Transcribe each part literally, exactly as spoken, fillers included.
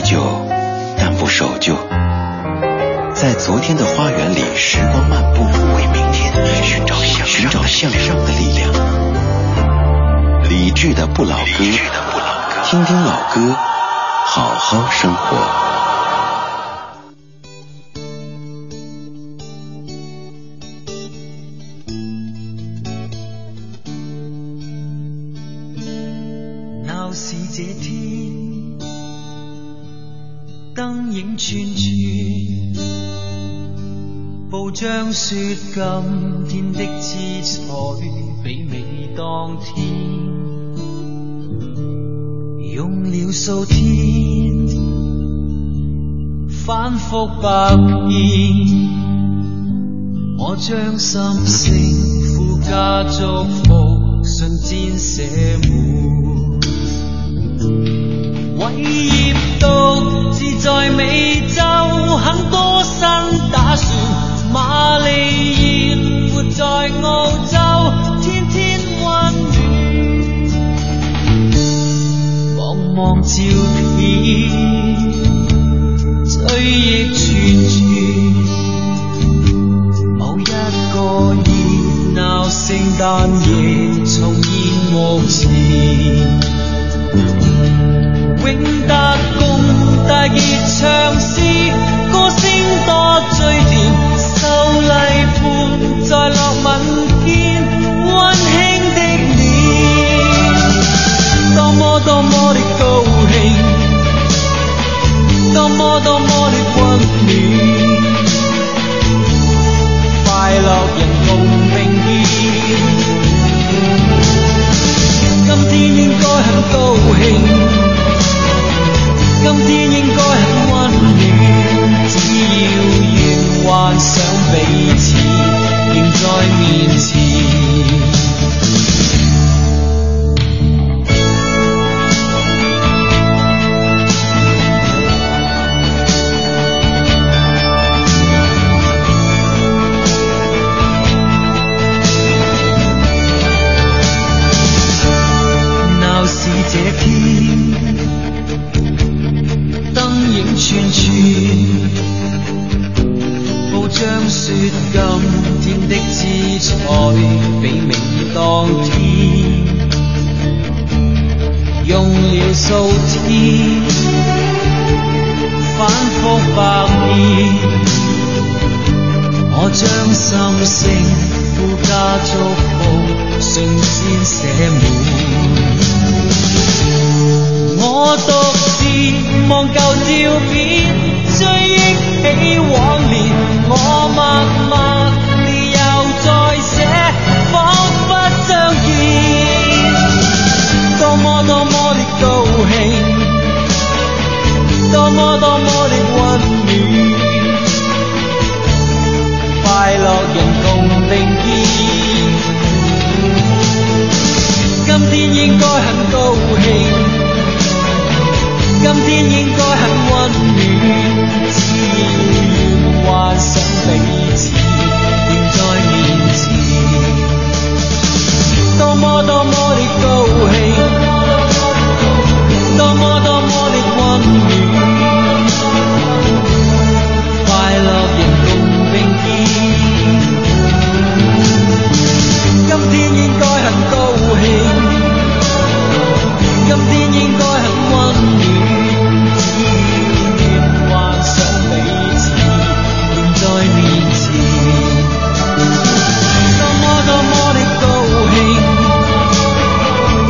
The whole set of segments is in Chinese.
旧，但不守旧。在昨天的花园里，时光漫步，为明天寻找向寻找向上的力量。理智的不老歌，听听老歌，好好生活。 鬧是這天，燈影串串，報章說今天的姿彩媲美當天，用了數天反覆百遍，我將心聲附加祝福信箋寫滿，偉業獨自在美洲，很多新打算，瑪麗葉活在澳洲，天天溫暖，望望照片，追憶串串，某一個熱鬧聖誕夜重現目前，永達共大熱唱詩，歌聲多醉甜，秀麗伴在落吻間，溫馨的臉，多麼多麼的高興，多麼多麼的溫暖，快樂人共並肩，今天應該很高興，今天應該很溫暖，只要願幻想彼此仍在面前。鬧是這天，燈影串串，報章說今天的姿彩媲美當天，用了數天反覆百遍，我將心聲附加祝福信箋寫滿，我獨自望舊照片，追憶起往年，我默默地又再寫，彷彿相見，多麼多麼的高興，多麼多麼的溫暖，快樂人共並肩，今天應該很高興，今天應該很溫暖，只要願幻想彼此仍在面前，多麼多麼的高興，多麼多麼的溫暖，快樂人共並肩，今天應該很高興，今天應該很溫暖，只要願幻想彼此仍在面前，多麼多麼的高興，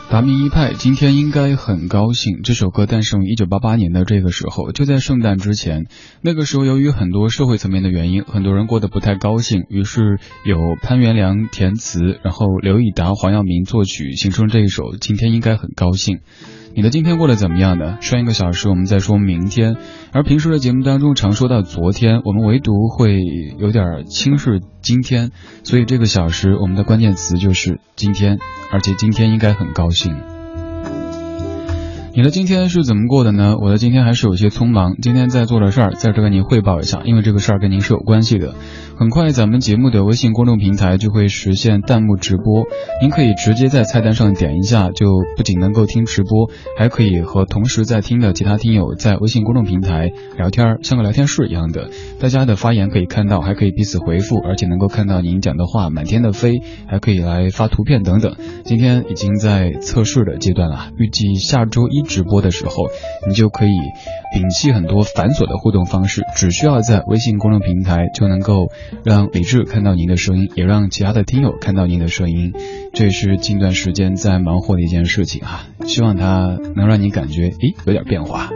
达明一派今天应该很高兴。这首歌诞生于一九八八年的这个时候，就在圣诞之前。那个时候由于很多社会层面的原因，很多人过得不太高兴，于是有潘元良填词，然后刘以达、黄耀明作曲，形成这一首今天应该很高兴。你的今天过得怎么样呢？上一个小时我们在说明天，而平时的节目当中常说到昨天，我们唯独会有点轻视今天，所以这个小时我们的关键词就是今天，而且今天应该很高兴。你的今天是怎么过的呢？我的今天还是有些匆忙，今天在做的事儿在这跟您汇报一下，因为这个事儿跟您是有关系的。很快咱们节目的微信公众平台就会实现弹幕直播，您可以直接在菜单上点一下，就不仅能够听直播，还可以和同时在听的其他听友在微信公众平台聊天，像个聊天室一样的，大家的发言可以看到，还可以彼此回复，而且能够看到您讲的话满天的飞，还可以来发图片等等。今天已经在测试的阶段了，预计下周一直播的时候，你就可以摒弃很多繁琐的互动方式，只需要在微信公众平台就能够让李志看到您的声音，也让其他的听友看到您的声音。这也是近段时间在忙活的一件事情啊，希望它能让你感觉诶有点变化。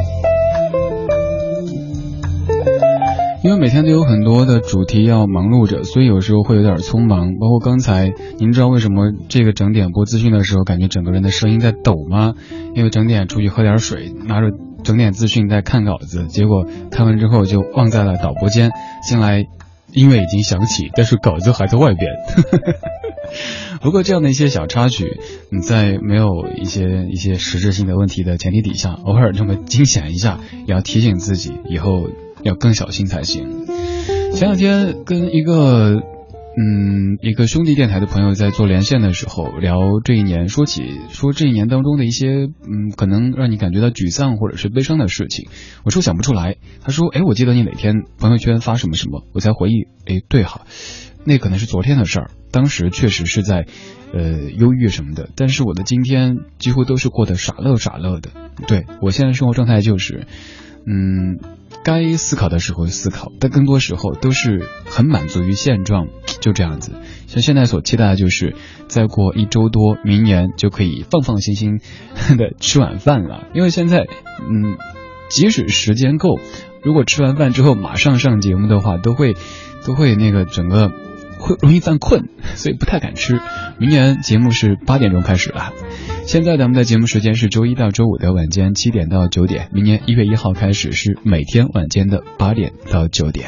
因为每天都有很多的主题要忙碌着，所以有时候会有点匆忙。包括刚才您知道为什么这个整点播资讯的时候感觉整个人的声音在抖吗？因为整点出去喝点水，拿着整点资讯在看稿子，结果看完之后就忘在了导播间，进来音乐已经响起，但是稿子还在外边。不过这样的一些小插曲，你在没有一些一些实质性的问题的前提底下，偶尔这么惊险一下，也要提醒自己以后要更小心才行。前两天跟一个嗯一个兄弟电台的朋友在做连线的时候，聊这一年，说起说这一年当中的一些嗯可能让你感觉到沮丧或者是悲伤的事情。我说想不出来，他说诶我记得你哪天朋友圈发什么什么，我才回忆诶对哈，那可能是昨天的事儿，当时确实是在呃忧郁什么的，但是我的今天几乎都是过得傻乐傻乐的。对，我现在生活状态就是嗯该思考的时候思考，但更多时候都是很满足于现状，就这样子。像现在所期待的就是再过一周多，明年就可以放放心心的吃晚饭了。因为现在嗯即使时间够，如果吃完饭之后马上上节目的话，都会都会那个整个会容易犯困，所以不太敢吃。明年节目是八点钟开始了，现在咱们的节目时间是周一到周五的晚间七点到九点，明年一月一号开始是每天晚间的八点到九点。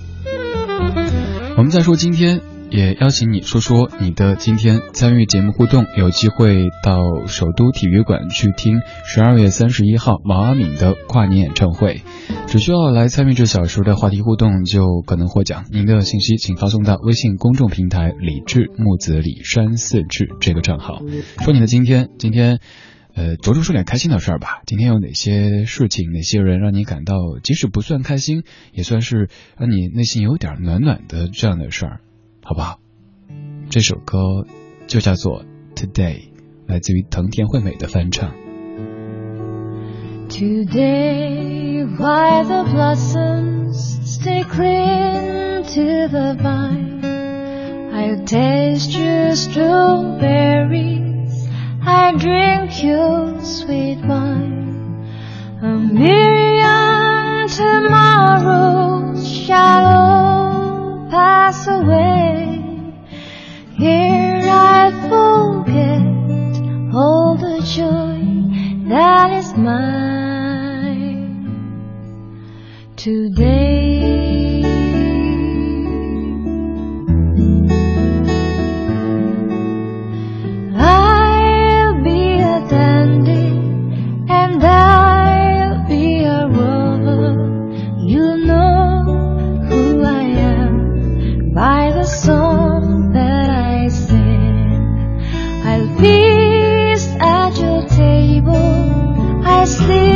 我们再说今天，也邀请你说说你的今天，参与节目互动，有机会到首都体育馆去听十二月三十一号毛阿敏的跨年演唱会。只需要来参与这小时的话题互动就可能获奖，您的信息请发送到微信公众平台李志木子李山四志这个账号，说你的今天今天呃，着重说点开心的事儿吧。今天有哪些事情哪些人让你感到即使不算开心也算是让你内心有点暖暖的这样的事儿，好不好？这首歌就叫做 Today， 来自于藤田惠美的翻唱。 Today, why the blossoms stay cling to the vine, I'll taste your strawberries, I drink your sweet wine. A million tomorrows shall all pass away. Here I forget all the joy that is mine today. I'll be a dandy and I'll be a rover. You know who I am by the song that I sing. I'll feast at your table, I sleep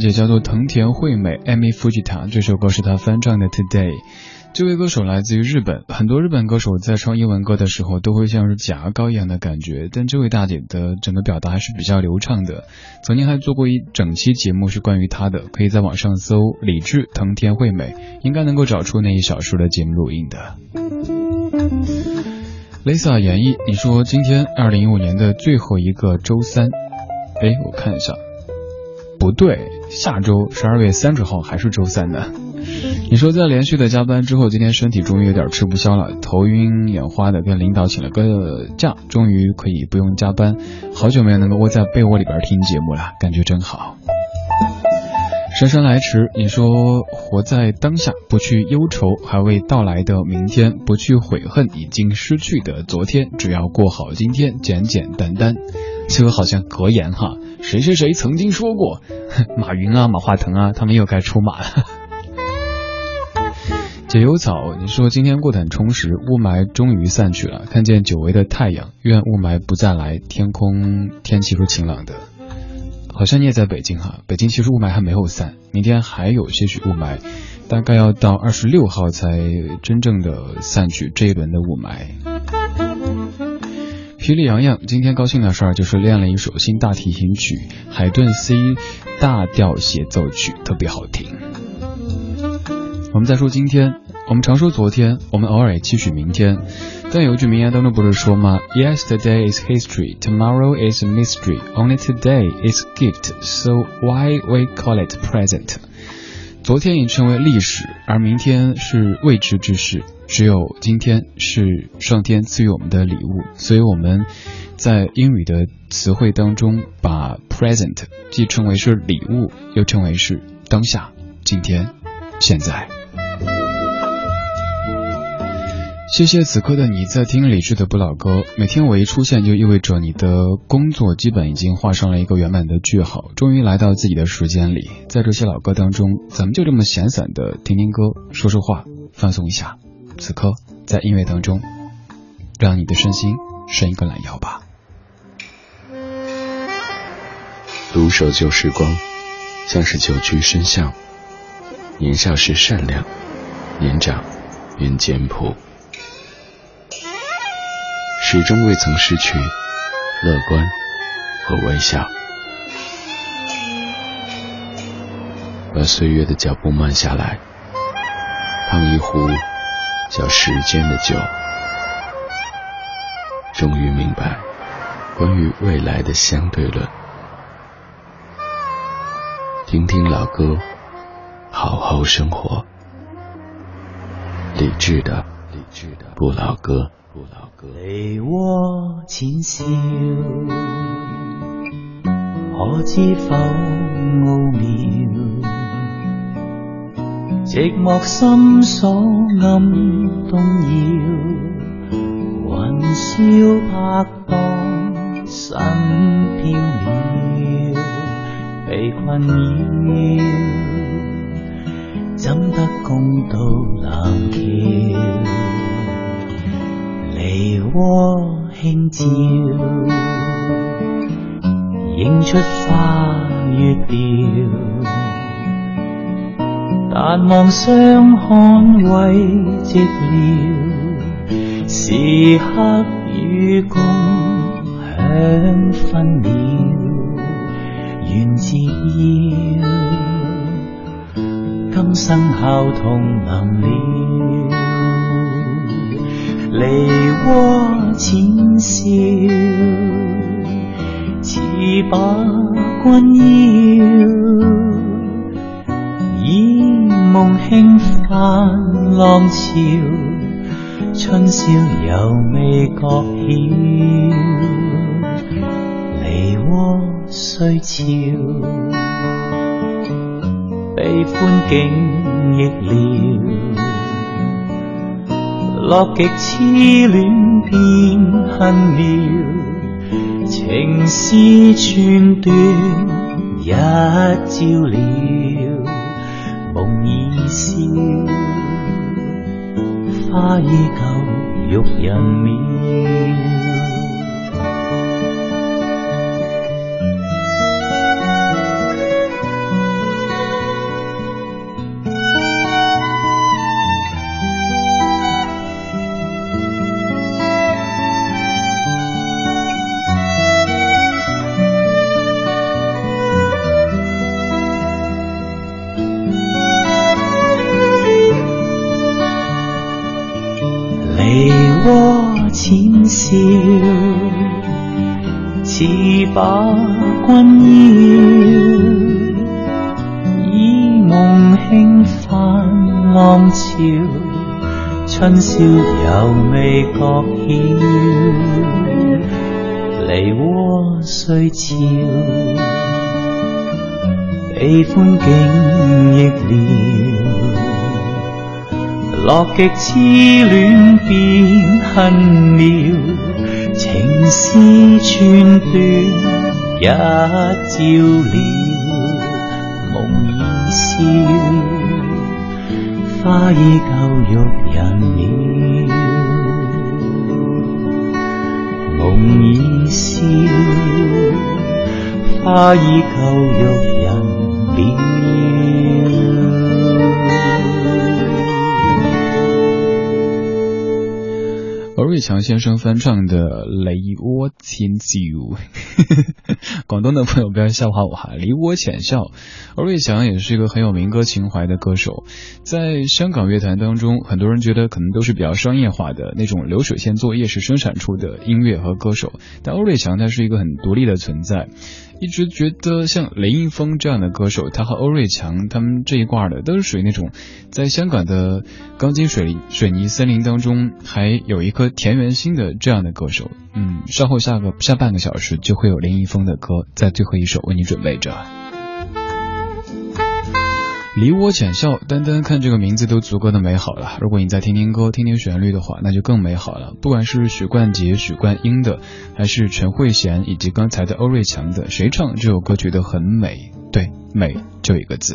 姐叫做藤田惠美 Amy Fujita， 这首歌是她翻唱的 Today。这位歌手来自于日本，很多日本歌手在唱英文歌的时候都会像是假高一样的感觉，但这位大姐的整个表达还是比较流畅的。曾经还做过一整期节目是关于她的，可以在网上搜李志藤田惠美，应该能够找出那一小时的节目录音的。Lisa 演绎，你说今天二零一五年的最后一个周三，诶，我看一下，不对，下周十二月三十号还是周三呢。你说在连续的加班之后，今天身体终于有点吃不消了，头晕眼花的，跟领导请了个假，终于可以不用加班，好久没有能够窝在被窝里边听节目了，感觉真好。姗姗来迟，你说活在当下，不去忧愁还未到来的明天，不去悔恨已经失去的昨天，只要过好今天，简简单单。这个好像格言哈，谁谁谁曾经说过，马云啊马化腾啊他们又该出马了。解忧草，你说今天过得很充实，雾霾终于散去了，看见久违的太阳，愿雾霾不再来，天空天气是晴朗的。好像你也在北京哈，北京其实雾霾还没有散，明天还有些许雾霾，大概要到二十六号才真正的散去这一轮的雾霾。霹雳洋洋今天高兴的事儿就是练了一首新大提琴曲，海顿 C 大调协奏曲，特别好听。我们再说今天，我们常说昨天，我们偶尔也期许明天，但有一句名言当中不是说吗？ Yesterday is history, tomorrow is a mystery, only today is gift, so why we call it present。 昨天已成为历史，而明天是未知之事，只有今天是上天赐予我们的礼物，所以我们在英语的词汇当中把 present 既称为是礼物，又称为是当下、今天、现在。谢谢此刻的你在听李志的不老歌，每天我一出现就意味着你的工作基本已经画上了一个圆满的句号，终于来到自己的时间里，在这些老歌当中，咱们就这么闲散的听听歌，说说话，放松一下。此刻在音乐当中，让你的身心伸一个懒腰吧。 独守旧时光，像是久居深巷，年少时善良，年长愿简朴，始终未曾失去乐观和微笑。把岁月的脚步慢下来，烫一壶叫时间的酒，终于明白关于未来的相对论。听听老歌，好好生活。理智的理智的不老歌不老歌。 梨渦淺笑，可知否奧妙？寂寞心所暗動搖，雲霄拍檔身飄渺，被困擾，怎得共渡藍橋？梨渦輕照，映出花月調，但望相看為寂寥，時刻與共享分秒，願自要今生效同臨了。梨渦淺笑，似把君邀，以夢輕泛浪潮，春宵猶未覺曉，梨渦雖俏，悲歡景亦了，樂極痴戀變恨了，情絲寸斷一朝了，夢已消，花依舊欲人渺。 淺笑，似把君邀，以夢輕泛浪潮，春宵猶未覺曉，梨渦雖俏，喜歡竟亦了，樂極痴戀變恨了，情絲寸斷一照了，夢已消，花依舊欲人了，夢已消，花依舊欲人了。 欧瑞强先生翻唱的《梨渦淺笑》，广东的朋友不要笑话我哈，梨涡浅笑。欧瑞强也是一个很有民歌情怀的歌手，在香港乐坛当中，很多人觉得可能都是比较商业化的那种流水线作业式生产出的音乐和歌手，但欧瑞强他是一个很独立的存在。一直觉得像雷一峰这样的歌手，他和欧瑞强他们这一挂的都是属于那种在香港的钢筋水水泥森林当中还有一颗田园心的这样的歌手。嗯，稍后下个下半个小时就会有林一峰的歌在最后一首为你准备着。梨涡浅笑，单单看这个名字都足够的美好了。如果你再听听歌听听旋律的话，那就更美好了。不管是许冠杰许冠英的，还是陈慧娴以及刚才的欧瑞强的，谁唱这首歌觉得很美？对，美就一个字。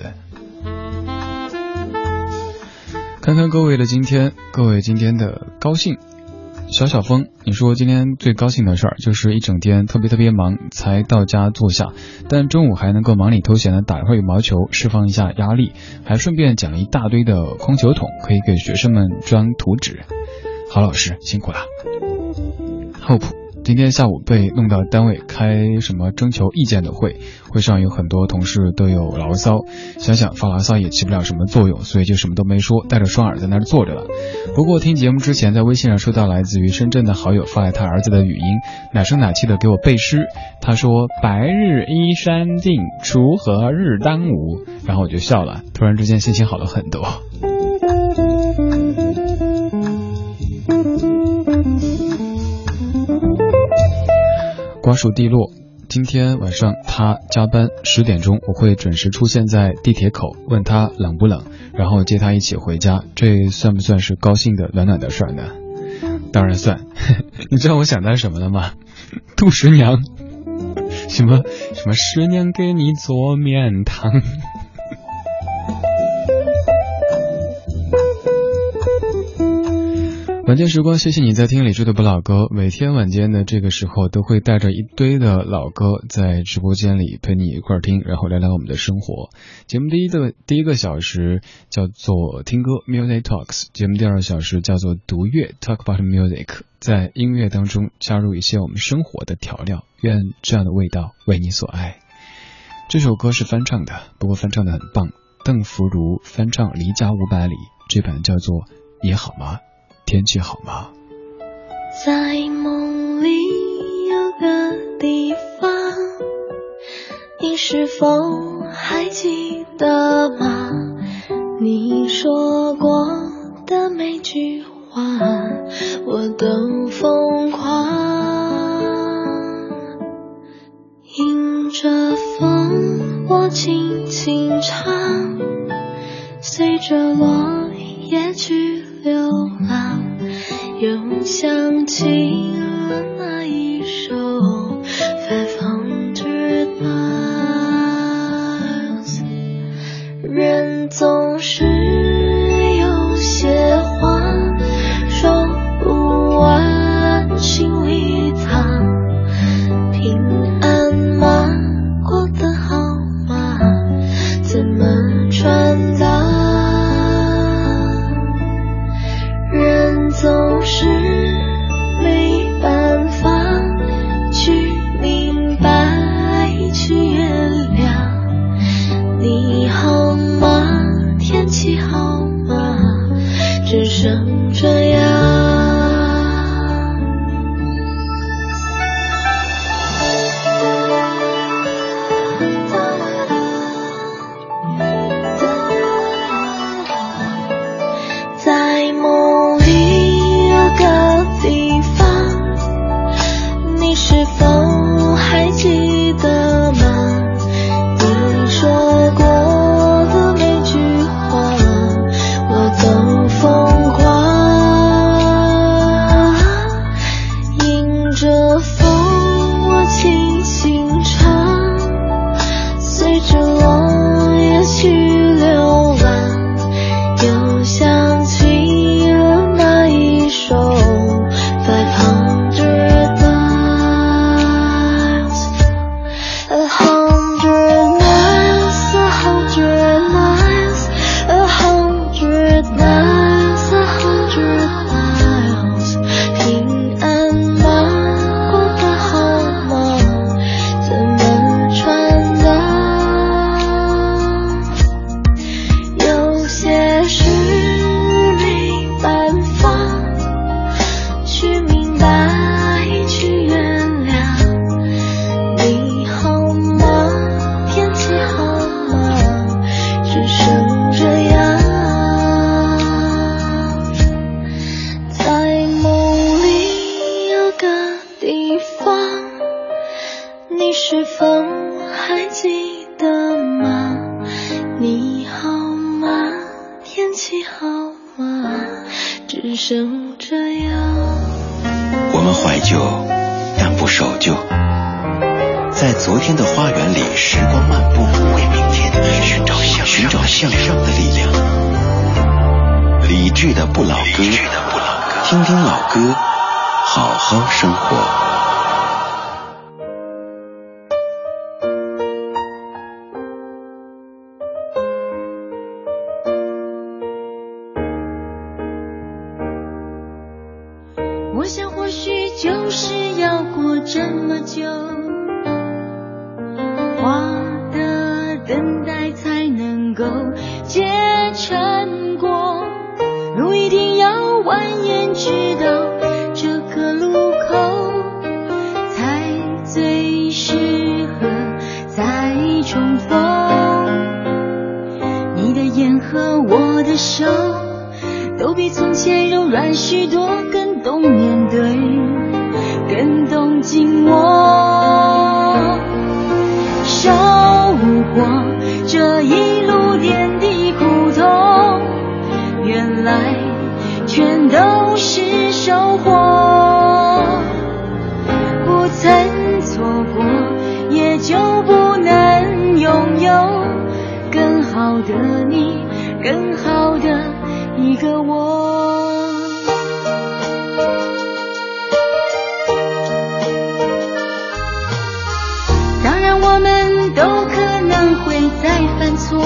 看看各位的今天，各位今天的高兴。小小峰，你说今天最高兴的事儿就是一整天特别特别忙才到家坐下，但中午还能够忙里偷闲的打一会儿羽毛球，释放一下压力，还顺便讲一大堆的空球桶，可以给学生们装图纸。郝老师辛苦了。Hope今天下午被弄到单位开什么征求意见的会，会上有很多同事都有牢骚，想想发牢骚也起不了什么作用，所以就什么都没说，带着双耳在那儿坐着了。不过听节目之前在微信上收到来自于深圳的好友发来他儿子的语音，奶声奶气的给我背诗。他说白日依山尽，锄禾日当午，然后我就笑了，突然之间心情好了很多。瓜熟蒂落，今天晚上他加班，十点钟我会准时出现在地铁口，问他冷不冷，然后接他一起回家。这算不算是高兴的暖暖的事儿呢？当然算。你知道我想到什么了吗？杜十娘，什么什么十娘给你做面汤。晚间时光，谢谢你在听李志的不老歌。每天晚间的这个时候都会带着一堆的老歌在直播间里陪你一块听，然后聊聊我们的生活。节目第一的第一个小时叫做听歌 Music Talks， 节目第二小时叫做读乐 Talk About Music， 在音乐当中加入一些我们生活的调料，愿这样的味道为你所爱。这首歌是翻唱的，不过翻唱的很棒，邓福如翻唱离家五百里，这版叫做你好吗？天气好吗？ 在梦里有个地方，你是否还记得吗？你说过的每句话我都疯狂，迎着风我轻轻唱，随着落叶去流浪，又想起了那一首 Five Hundred Miles。 人总是有些话说不完，心里藏。平安吗？过得好吗？怎么传达？人总是没天气好吗？只剩这样。 我们怀旧，但不守旧。在昨天的花园里，时光漫步，为明天寻找向寻找向上的力量。理智的不老歌，听听老歌，好好生活。 我想或许就是要过这么久，花的等待才能够结成果，路一定要蜿蜒直到这个路口，才最适合再重逢。你的眼和我的手都比从前柔软许多，更懂面对，更懂紧握，受过这一路点滴苦痛，原来全都是收获。不曾错过，也就不能拥有更好的你，更好的一个我。当然我们都可能会再犯错，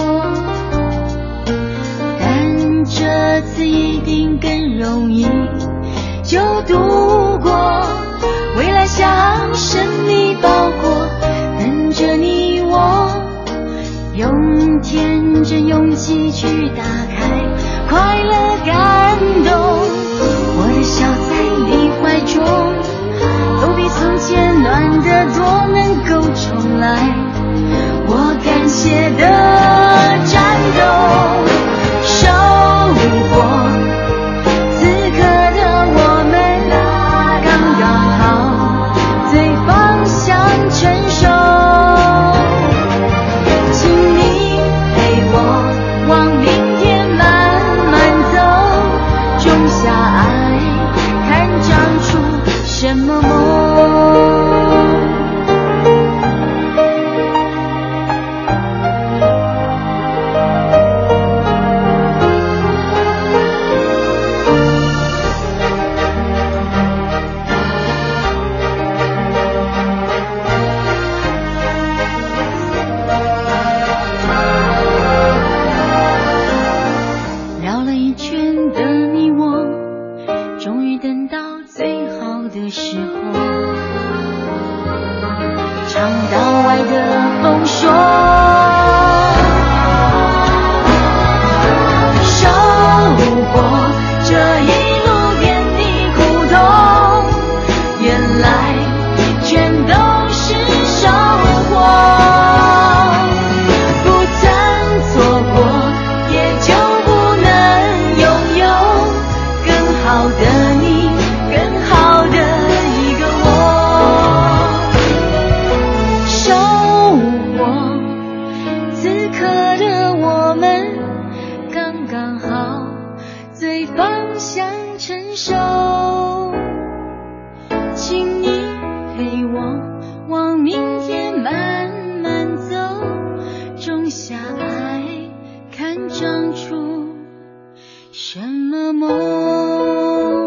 但这次一定更容易就度过。未来像胜利包裹，等着你我用天真勇气去打开快乐感动。我的笑在你怀中，都比从前暖得多，能够重来我感谢的战斗。受过此刻的我们，刚刚好最方向成熟，请你陪我往明天慢慢走，种下爱，看长出什么梦。绕了一圈的你我，终于等到最好的时候，尝到爱的丰硕，受过这一路点滴苦痛，原来全都是收获。不曾错过，也就不能拥有更好的你，更好的一个我。收获此刻的我们，刚刚好最方向成熟，请你陪我往明天慢慢走，种下爱，看长出什么梦。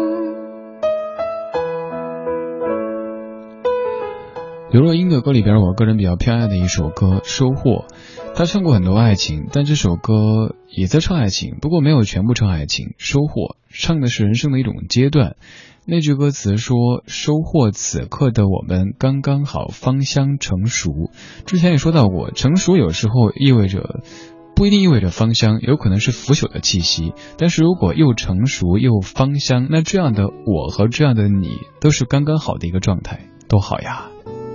刘若英的歌里边，我个人比较偏爱的一首歌《收获》，她唱过很多爱情，但这首歌也在唱爱情，不过没有全部唱爱情。收获唱的是人生的一种阶段。那句歌词说：收获此刻的我们，刚刚好芳香成熟。之前也说到过，成熟有时候意味着不一定意味着芳香，有可能是腐朽的气息，但是如果又成熟又芳香，那这样的我和这样的你都是刚刚好的一个状态，多好呀。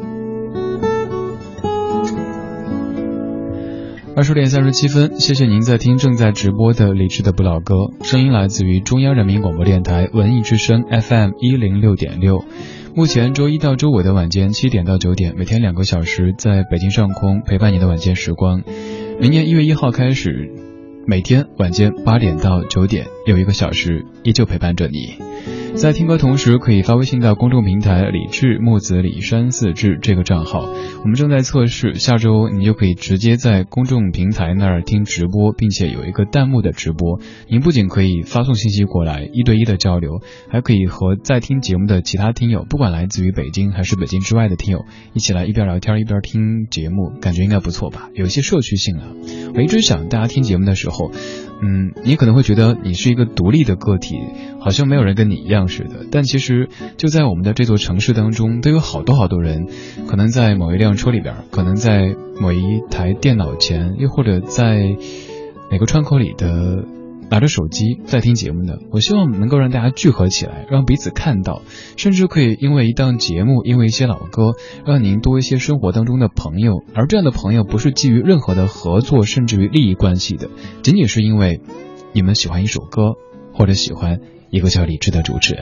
二十点三十七分，谢谢您在听正在直播的理智的不老歌，声音来自于中央人民广播电台文艺之声 F M 一零六点六。目前周一到周五的晚间七点到九点，每天两个小时，在北京上空陪伴你的晚间时光。明年一月一号开始， 每天晚间八点到九点有一个小时依旧陪伴着你。在听歌同时可以发微信到公众平台李志木子李山四志这个账号，我们正在测试，下周你就可以直接在公众平台那儿听直播，并且有一个弹幕的直播，您不仅可以发送信息过来一对一的交流，还可以和在听节目的其他听友，不管来自于北京还是北京之外的听友，一起来一边聊天一边听节目，感觉应该不错吧，有一些社区性了。我一直想大家听节目的时候，嗯，你可能会觉得你是一个独立的个体，好像没有人跟你一样似的，但其实就在我们的这座城市当中，都有好多好多人，可能在某一辆车里边，可能在某一台电脑前，又或者在哪个窗口里的拿着手机在听节目的。我希望能够让大家聚合起来，让彼此看到，甚至可以因为一档节目，因为一些老歌，让您多一些生活当中的朋友。而这样的朋友不是基于任何的合作甚至于利益关系的，仅仅是因为你们喜欢一首歌，或者喜欢一个叫李志的主持人。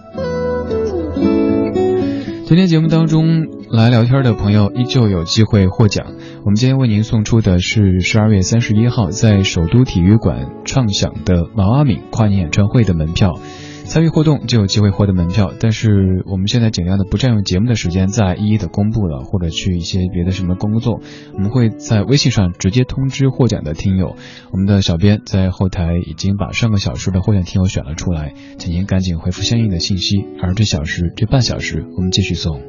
今天节目当中来聊天的朋友依旧有机会获奖，我们今天为您送出的是十二月三十一号在首都体育馆唱响的毛阿敏跨年演唱会的门票，参与活动就有机会获得门票，但是我们现在尽量的不占用节目的时间再一一的公布了，或者去一些别的什么工作，我们会在微信上直接通知获奖的听友，我们的小编在后台已经把上个小时的获奖听友选了出来，请您赶紧回复相应的信息，而这小时这半小时我们继续送。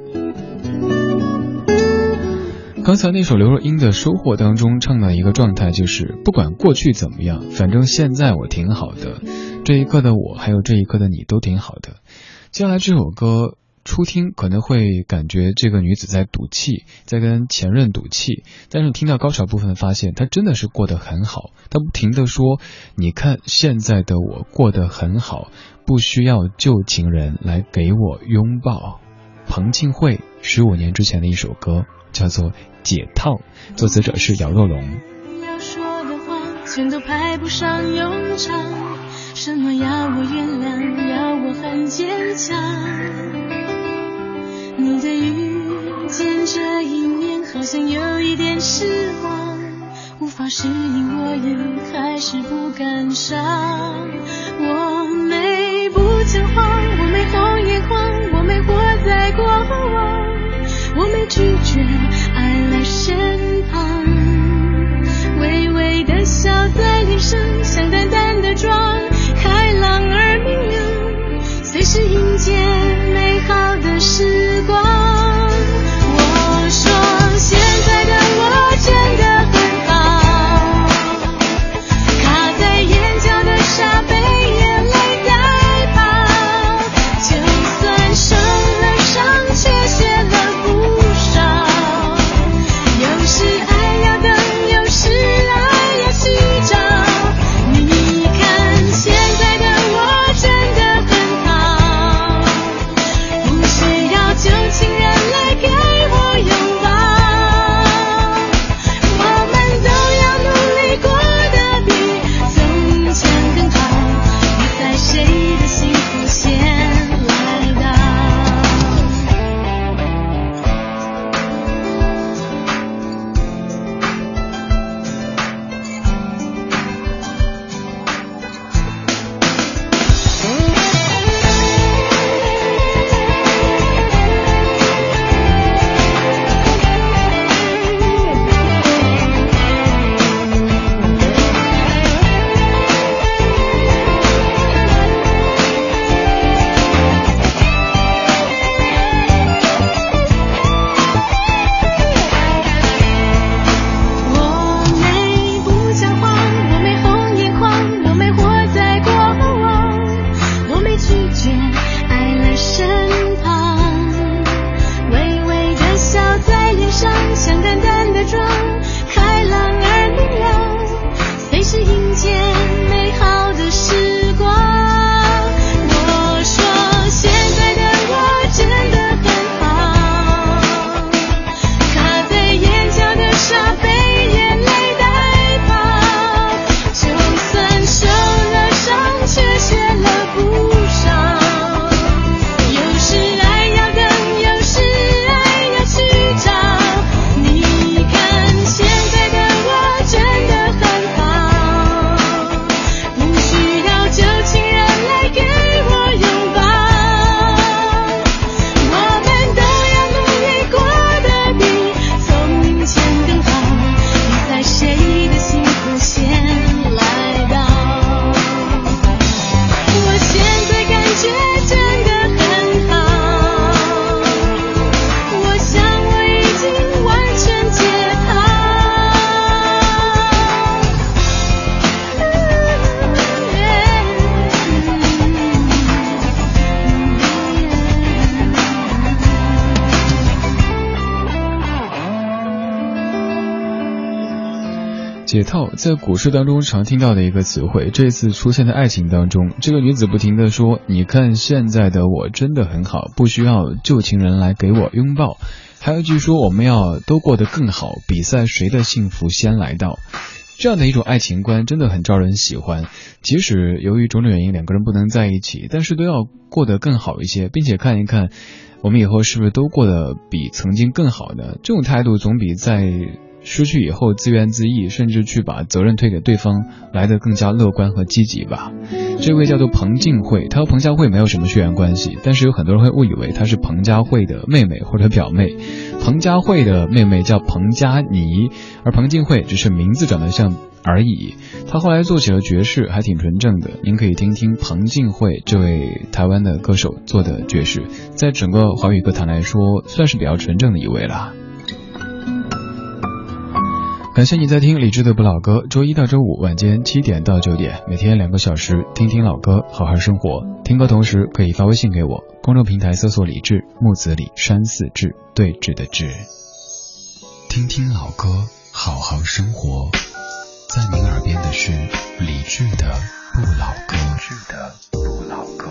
刚才那首刘若英的收获当中唱的一个状态就是不管过去怎么样，反正现在我挺好的，这一刻的我还有这一刻的你都挺好的。接下来这首歌初听可能会感觉这个女子在赌气，在跟前任赌气，但是听到高潮部分发现她真的是过得很好，她不停地说你看现在的我过得很好，不需要旧情人来给我拥抱。彭庆慧十五年之前的一首歌叫做解套，作词者是姚若龙。 要说的话全都派不上用场，什么要我原谅，要我很坚强，你的遇见这一年好像有一点失望，无法适应我也开始不感伤，我没不讲话，我没红眼眶，我没活在过往，我没拒绝爱来身旁，微微的笑在脸上，像淡淡的妆，开朗而明亮，随时迎接美好的时光。我说现在的我真的很好，卡在眼角的沙被眼泪带跑，就算受了伤却学了不少，有时爱要等，有时爱要去找，你解套在古诗当中常听到的一个词汇，这次出现在爱情当中。这个女子不停地说，你看现在的我真的很好，不需要旧情人来给我拥抱。还有一句说，我们要都过得更好，比赛谁的幸福先来到。这样的一种爱情观真的很招人喜欢，即使由于种种原因两个人不能在一起，但是都要过得更好一些，并且看一看我们以后是不是都过得比曾经更好呢？这种态度总比在失去以后自怨自艾，甚至去把责任推给对方来得更加乐观和积极吧。这位叫做彭靖慧，她和彭佳慧没有什么血缘关系，但是有很多人会误以为她是彭佳慧的妹妹或者表妹。彭佳慧的妹妹叫彭佳妮，而彭靖慧只是名字长得像而已。她后来做起了爵士，还挺纯正的。您可以听听彭靖慧这位台湾的歌手做的爵士，在整个华语歌坛来说算是比较纯正的一位啦。感谢你在听理智的不老歌，周一到周五晚间七点到九点，每天两个小时，听听老歌，好好生活。听歌同时可以发微信给我，公众平台搜索李志，木子李山寺志，对峙的志。 听听老歌，好好生活。在您耳边的是理智的不老歌。理智的不老歌。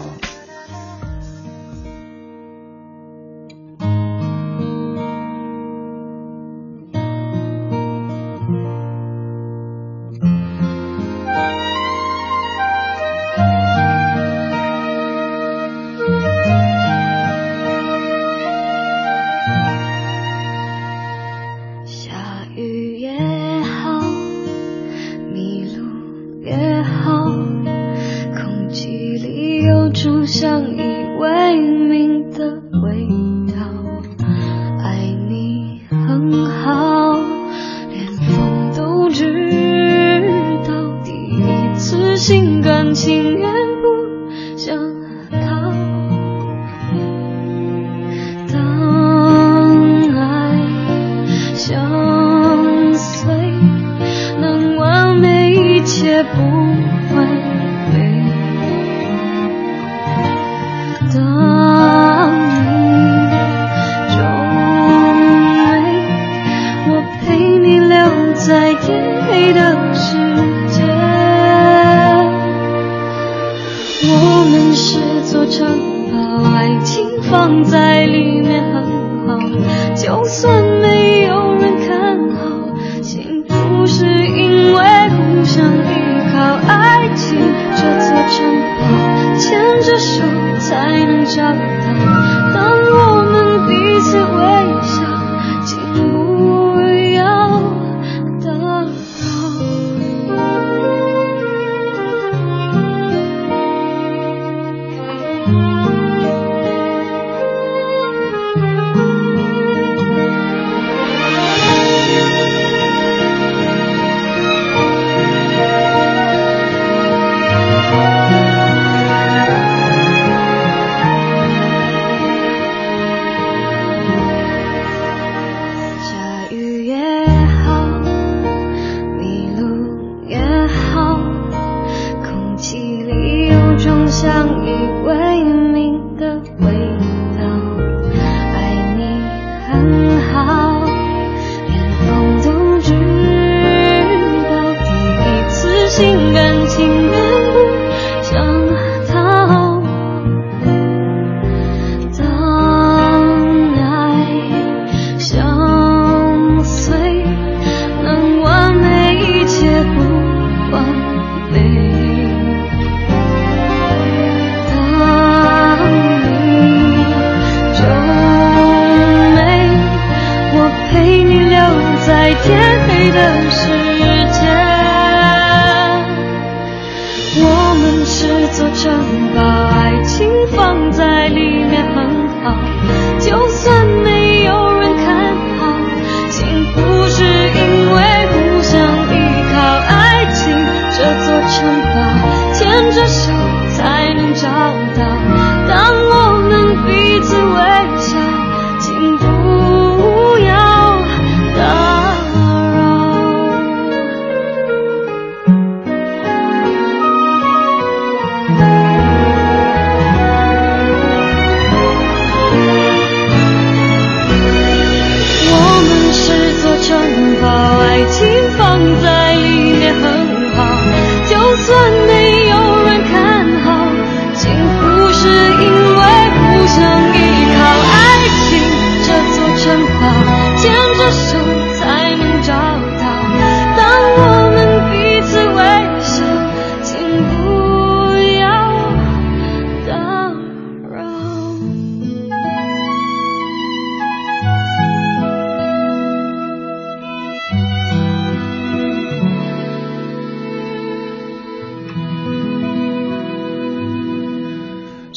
情放在里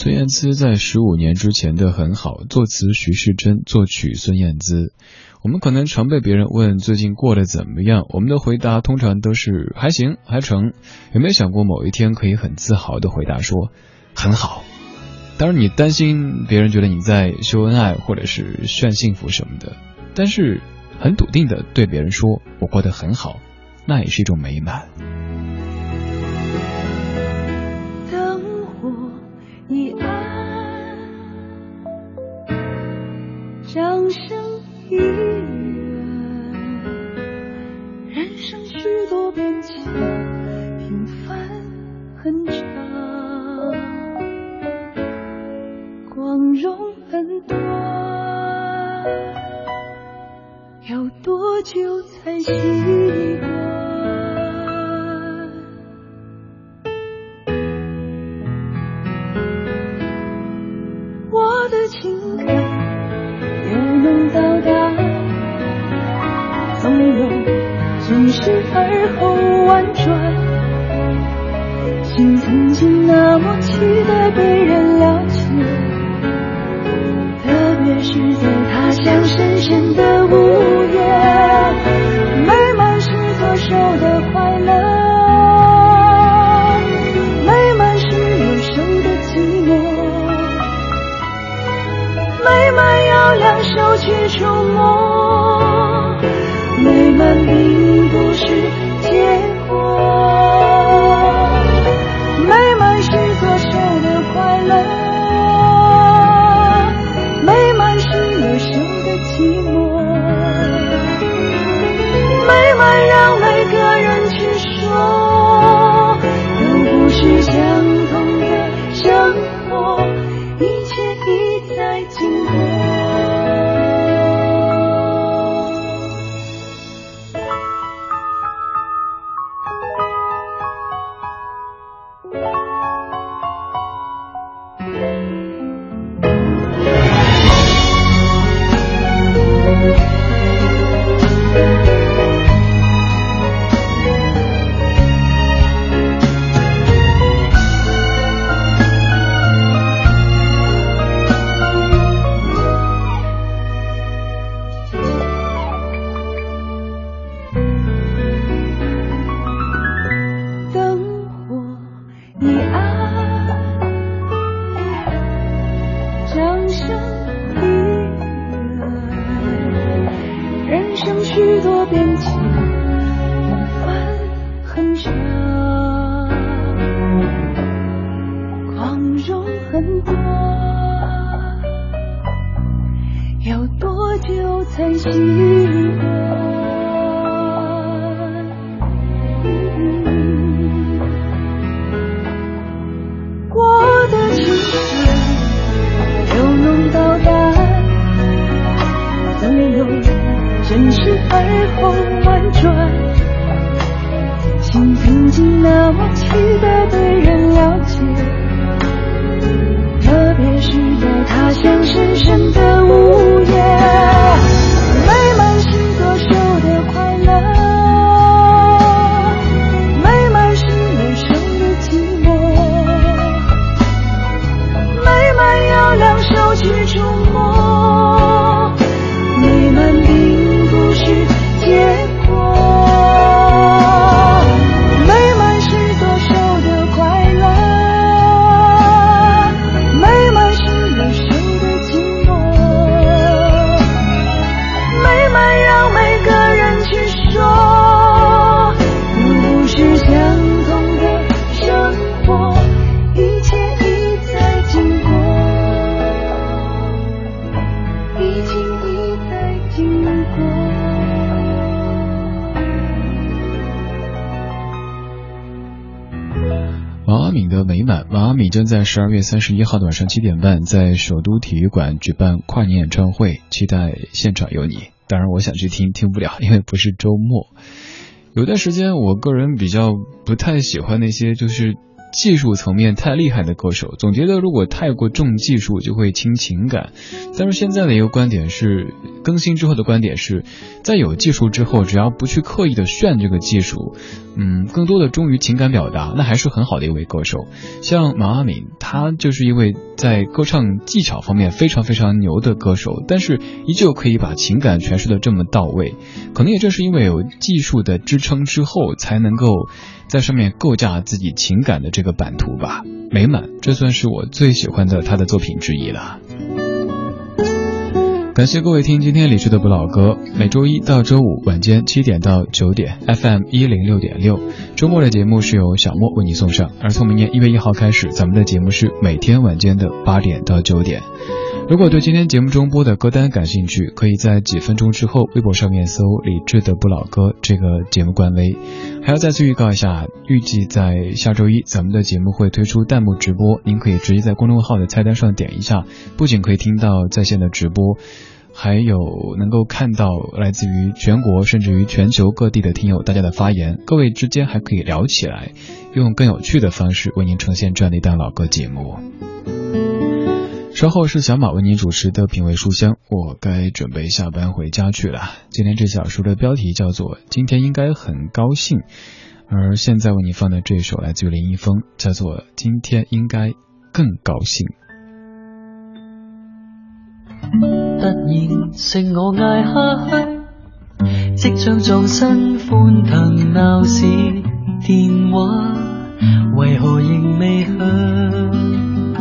孙燕姿在十五年之前的很好，作词徐世珍，作曲孙燕姿。我们可能常被别人问最近过得怎么样，我们的回答通常都是还行还成。有没有想过某一天可以很自豪地回答说很好？当然你担心别人觉得你在秀恩爱或者是炫幸福什么的，但是很笃定地对别人说我过得很好，那也是一种美满。 灯火已暗，掌声一人，人生许多变迁，平凡很长，光荣很短，要多久才习惯？我的情感又能到达，总有顺势而后婉转，心曾经那么期待被人了解，特别是在他乡深深的午夜，美满是左手的快乐，美满是右手的寂寞，美满要两手去触摸，美满并不是结果，美满是左手的快乐，美满是右手的寂寞，美满让每个人去说，都不是相同的生活，一切已在经过。 将在十二月三十一号晚上七点半在首都体育馆举办跨年演唱会，期待现场有你。当然我想去听，听不了，因为不是周末。有段时间我个人比较不太喜欢那些就是技术层面太厉害的歌手，总觉得如果太过重技术就会轻情感。但是现在的一个观点是，更新之后的观点是，在有技术之后，只要不去刻意的炫这个技术，嗯，更多的忠于情感表达，那还是很好的一位歌手。像毛阿敏，他就是一位在歌唱技巧方面非常非常牛的歌手，但是依旧可以把情感诠释的这么到位。可能也正是因为有技术的支撑之后，才能够在上面构架自己情感的这个版图吧，美满，这算是我最喜欢的他的作品之一了。感谢各位听今天李志的不老歌，每周一到周五晚间七点到九点 F M 一零六点六，周末的节目是由小莫为你送上，而从明年一月一号开始，咱们的节目是每天晚间的八点到九点。如果对今天节目中播的歌单感兴趣，可以在几分钟之后微博上面搜李志的不老歌这个节目官微。还要再次预告一下，预计在下周一咱们的节目会推出弹幕直播，您可以直接在公众号的菜单上点一下，不仅可以听到在线的直播，还有能够看到来自于全国甚至于全球各地的听友大家的发言，各位之间还可以聊起来，用更有趣的方式为您呈现这样的一档老歌节目。稍后是小马为您主持的品味书香，我该准备下班回家去了。今天这小说的标题叫做今天应该很高興，而現在為你放的這首來自於林一峰，叫做今天應該更高興。 突然剩我嗌下去，即將撞新歡騰鬧市電話，為何仍未去？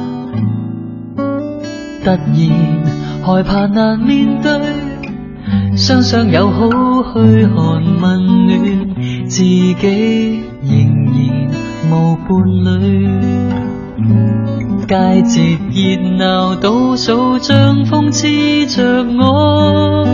突然害怕難面對，雙雙友好噓寒問暖，自己仍然無伴侶。佳節熱鬧倒數像諷刺着我，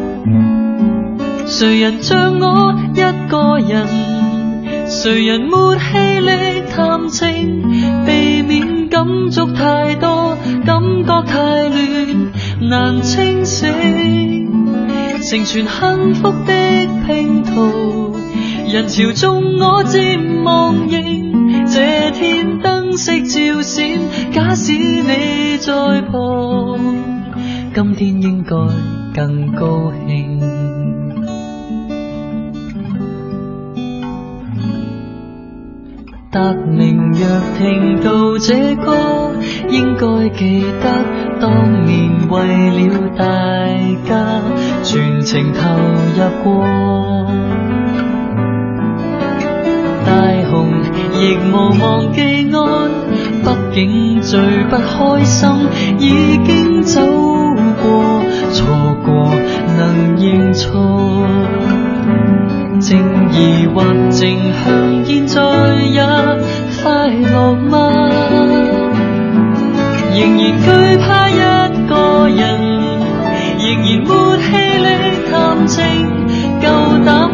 誰人像我一個人，誰人沒氣力談情，避免感觸太多，感覺太亂難清醒，成全幸福的拼圖，人潮中我漸忘形，這天燈飾照閃，假使你在旁，今天應該更高興。達明若聽到這歌，應該記得當年為了大家全情投入過。大雄亦無忘記安，畢竟最不開心已經走過，錯過能認錯。正疑惑正向現在也快樂嗎？仍然懼怕一個人，仍然沒氣力談情，夠膽